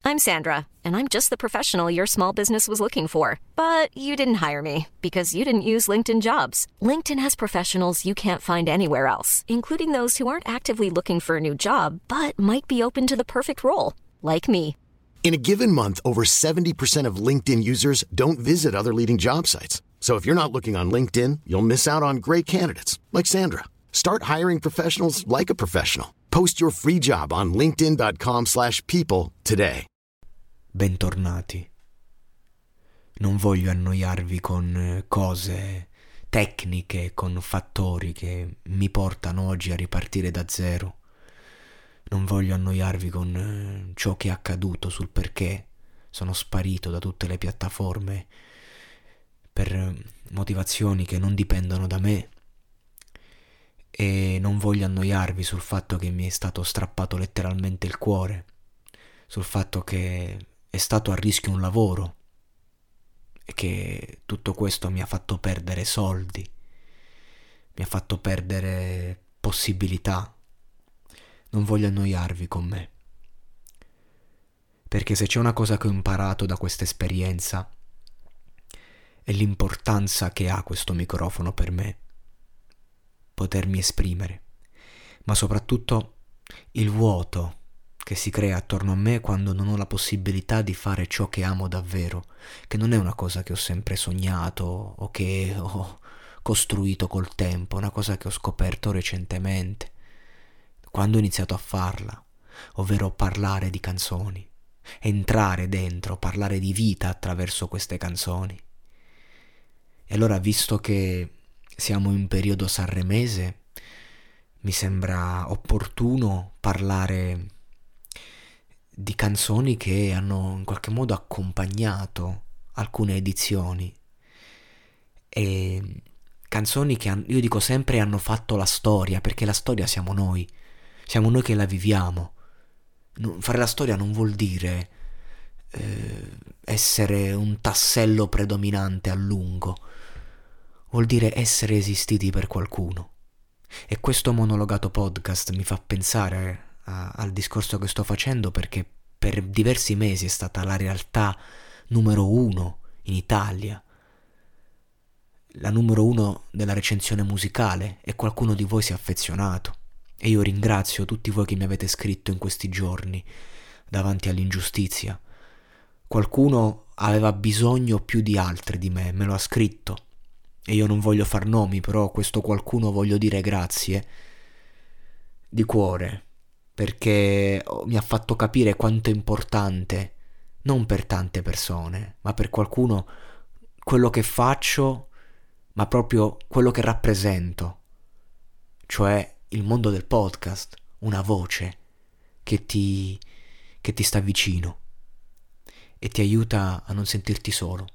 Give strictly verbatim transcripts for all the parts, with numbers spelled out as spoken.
I'm Sandra, and I'm just the professional your small business was looking for. But you didn't hire me because you didn't use LinkedIn Jobs. LinkedIn has professionals you can't find anywhere else, including those who aren't actively looking for a new job, but might be open to the perfect role, like me. In a given month, over seventy percent of LinkedIn users don't visit other leading job sites. So if you're not looking on LinkedIn, you'll miss out on great candidates, like Sandra. Start hiring professionals like a professional. Post your free job on linkedin.com slash people today. Bentornati. Non voglio annoiarvi con cose tecniche, con fattori che mi portano oggi a ripartire da zero. Non voglio annoiarvi con ciò che è accaduto, sul perché sono sparito da tutte le piattaforme per motivazioni che non dipendono da me, e non voglio annoiarvi sul fatto che mi è stato strappato letteralmente il cuore, sul fatto che è stato a rischio un lavoro e che tutto questo mi ha fatto perdere soldi, mi ha fatto perdere possibilità. Non voglio annoiarvi con me, perché se c'è una cosa che ho imparato da questa esperienza è l'importanza che ha questo microfono per me, potermi esprimere, ma soprattutto il vuoto che si crea attorno a me quando non ho la possibilità di fare ciò che amo davvero, che non è una cosa che ho sempre sognato o che ho costruito col tempo, è una cosa che ho scoperto recentemente, quando ho iniziato a farla, ovvero parlare di canzoni, entrare dentro, parlare di vita attraverso queste canzoni. E allora, visto che siamo in periodo sanremese, mi sembra opportuno parlare di canzoni che hanno in qualche modo accompagnato alcune edizioni, e canzoni che han, io dico sempre hanno fatto la storia, perché la storia siamo noi, siamo noi che la viviamo. Fare la storia non vuol dire eh, essere un tassello predominante a lungo, vuol dire essere esistiti per qualcuno. E questo monologato podcast mi fa pensare a, al discorso che sto facendo, perché per diversi mesi è stata la realtà numero uno in Italia, la numero uno della recensione musicale, e qualcuno di voi si è affezionato. E io ringrazio tutti voi che mi avete scritto in questi giorni davanti all'ingiustizia. Qualcuno aveva bisogno più di altri di me, me lo ha scritto, e io non voglio far nomi, però questo qualcuno voglio dire grazie di cuore, perché mi ha fatto capire quanto è importante, non per tante persone, ma per qualcuno, quello che faccio, ma proprio quello che rappresento, cioè il mondo del podcast, una voce che ti, che ti sta vicino e ti aiuta a non sentirti solo.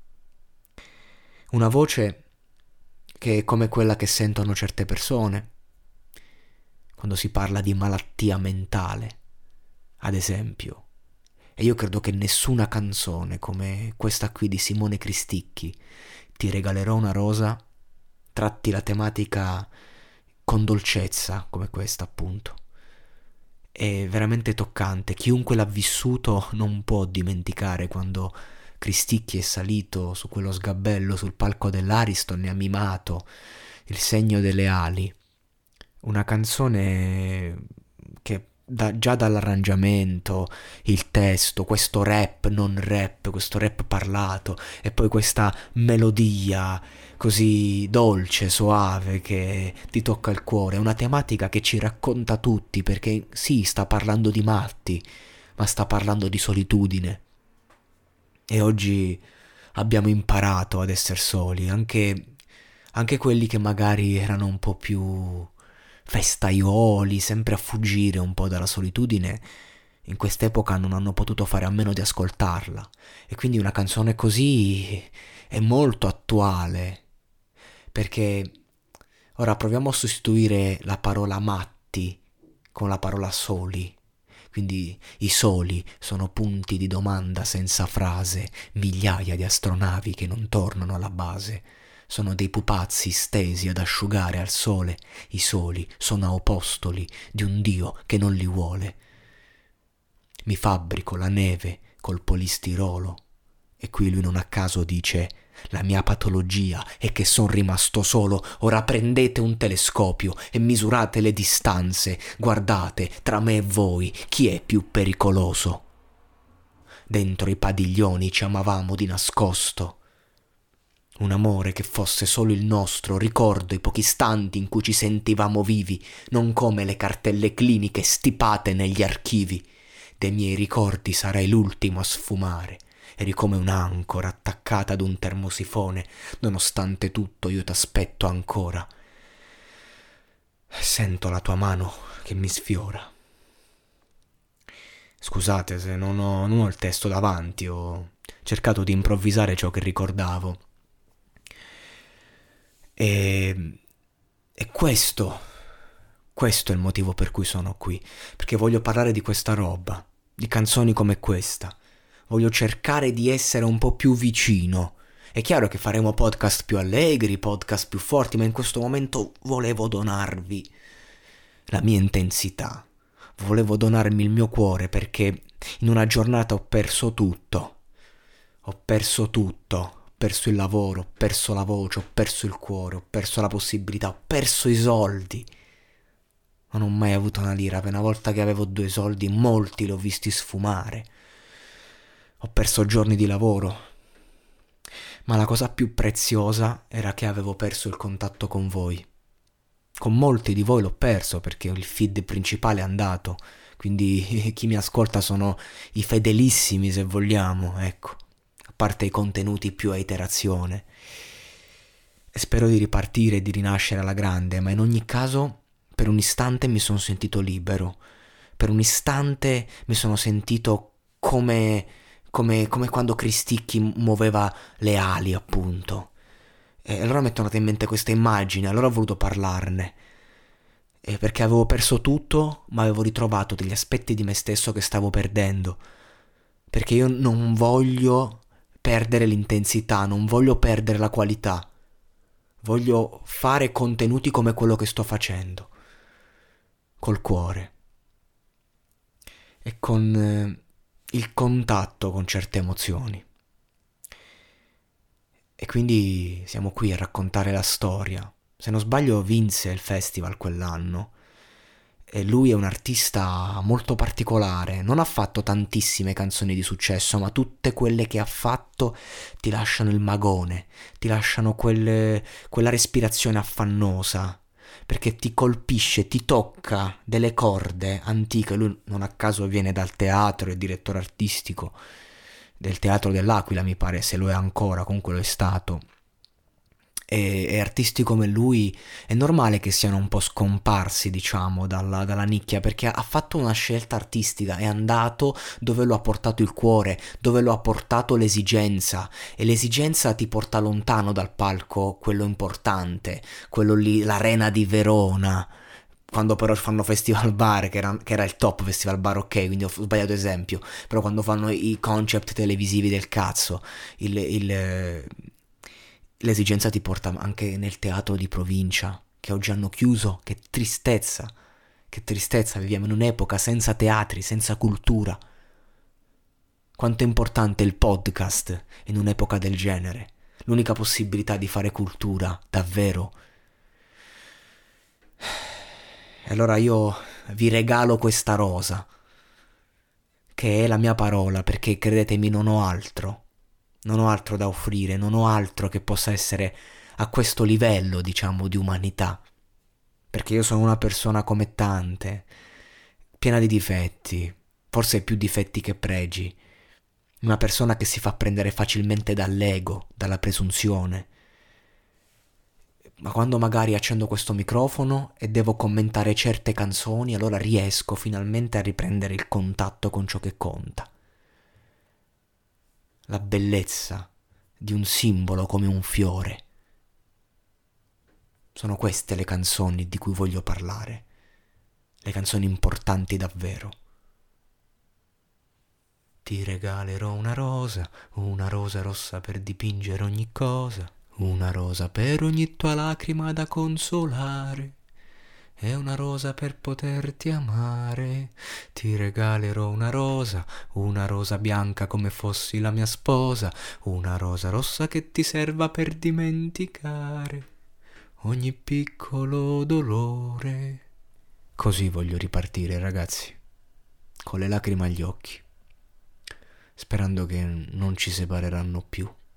Una voce che è come quella che sentono certe persone quando si parla di malattia mentale, ad esempio. E io credo che nessuna canzone come questa qui di Simone Cristicchi, Ti regalerò una rosa, tratti la tematica con dolcezza come questa, appunto. È veramente toccante. Chiunque l'ha vissuto non può dimenticare quando Cristicchi è salito su quello sgabello sul palco dell'Ariston e ha mimato Il segno delle ali, una canzone che da, già dall'arrangiamento, il testo, questo rap non rap, questo rap parlato, e poi questa melodia così dolce, soave, che ti tocca il cuore. È una tematica che ci racconta tutti, perché sì, sta parlando di matti, ma sta parlando di solitudine. E oggi abbiamo imparato ad essere soli, anche, anche quelli che magari erano un po' più festaioli, sempre a fuggire un po' dalla solitudine, in quest'epoca non hanno potuto fare a meno di ascoltarla. E quindi una canzone così è molto attuale, perché ora proviamo a sostituire la parola matti con la parola soli. Quindi i soli sono punti di domanda senza frase, migliaia di astronavi che non tornano alla base. Sono dei pupazzi stesi ad asciugare al sole. I soli sono apostoli di un Dio che non li vuole. Mi fabbrico la neve col polistirolo. E qui lui non a caso dice: la mia patologia è che son rimasto solo. Ora prendete un telescopio e misurate le distanze. Guardate, tra me e voi, chi è più pericoloso? Dentro i padiglioni ci amavamo di nascosto. Un amore che fosse solo il nostro. Ricordo i pochi istanti in cui ci sentivamo vivi, non come le cartelle cliniche stipate negli archivi. Dei miei ricordi sarai l'ultimo a sfumare. Eri come un'ancora attaccata ad un termosifone. Nonostante tutto io t'aspetto ancora. Sento la tua mano che mi sfiora. Scusate se non ho, non ho il testo davanti, ho cercato di improvvisare ciò che ricordavo. E, e questo, questo è il motivo per cui sono qui, perché voglio parlare di questa roba, di canzoni come questa. Voglio cercare di essere un po' più vicino. È chiaro che faremo podcast più allegri, podcast più forti, ma in questo momento volevo donarvi la mia intensità. Volevo donarmi il mio cuore perché in una giornata ho perso tutto. Ho perso tutto. Ho perso il lavoro, ho perso la voce, ho perso il cuore, ho perso la possibilità, ho perso i soldi. Non ho mai avuto una lira. Per una volta che avevo due soldi, molti li ho visti sfumare. Ho perso giorni di lavoro. Ma la cosa più preziosa era che avevo perso il contatto con voi. Con molti di voi l'ho perso perché il feed principale è andato. Quindi chi mi ascolta sono i fedelissimi, se vogliamo, ecco. A parte i contenuti più a iterazione. E spero di ripartire e di rinascere alla grande, ma in ogni caso per un istante mi sono sentito libero. Per un istante mi sono sentito come, come, come quando Cristicchi muoveva le ali, appunto. E allora mi è tornata in mente questa immagine, allora ho voluto parlarne. E perché avevo perso tutto, ma avevo ritrovato degli aspetti di me stesso che stavo perdendo. Perché io non voglio perdere l'intensità, non voglio perdere la qualità. Voglio fare contenuti come quello che sto facendo. Col cuore. E con eh, il contatto con certe emozioni. E quindi siamo qui a raccontare la storia. Se non sbaglio vinse il festival quell'anno. E lui è un artista molto particolare. Non ha fatto tantissime canzoni di successo, ma tutte quelle che ha fatto ti lasciano il magone. Ti lasciano quelle, quella respirazione affannosa. Perché ti colpisce, ti tocca delle corde antiche. Lui non a caso viene dal teatro, è direttore artistico del Teatro dell'Aquila, mi pare, se lo è ancora, comunque lo è stato. E, e artisti come lui è normale che siano un po' scomparsi, diciamo, dalla, dalla nicchia, perché ha fatto una scelta artistica, è andato dove lo ha portato il cuore, dove lo ha portato l'esigenza, e l'esigenza ti porta lontano dal palco, quello importante, quello lì, l'Arena di Verona. Quando però fanno Festival Bar, che era, che era il top Festival Bar, ok, quindi ho sbagliato esempio, però quando fanno i concept televisivi del cazzo, il, il, l'esigenza ti porta anche nel teatro di provincia, che oggi hanno chiuso. Che tristezza, che tristezza, viviamo in un'epoca senza teatri, senza cultura. Quanto è importante il podcast in un'epoca del genere, l'unica possibilità di fare cultura, davvero. E allora io vi regalo questa rosa, che è la mia parola, perché credetemi non ho altro, non ho altro da offrire, non ho altro che possa essere a questo livello, diciamo, di umanità, perché io sono una persona come tante, piena di difetti, forse più difetti che pregi, una persona che si fa prendere facilmente dall'ego, dalla presunzione. Ma quando magari accendo questo microfono e devo commentare certe canzoni, allora riesco finalmente a riprendere il contatto con ciò che conta. La bellezza di un simbolo come un fiore. Sono queste le canzoni di cui voglio parlare, le canzoni importanti davvero. Ti regalerò una rosa, una rosa rossa per dipingere ogni cosa. Una rosa per ogni tua lacrima da consolare, e una rosa per poterti amare. Ti regalerò una rosa, una rosa bianca come fossi la mia sposa, una rosa rossa che ti serva per dimenticare ogni piccolo dolore. Così voglio ripartire, ragazzi, con le lacrime agli occhi, sperando che non ci separeranno più.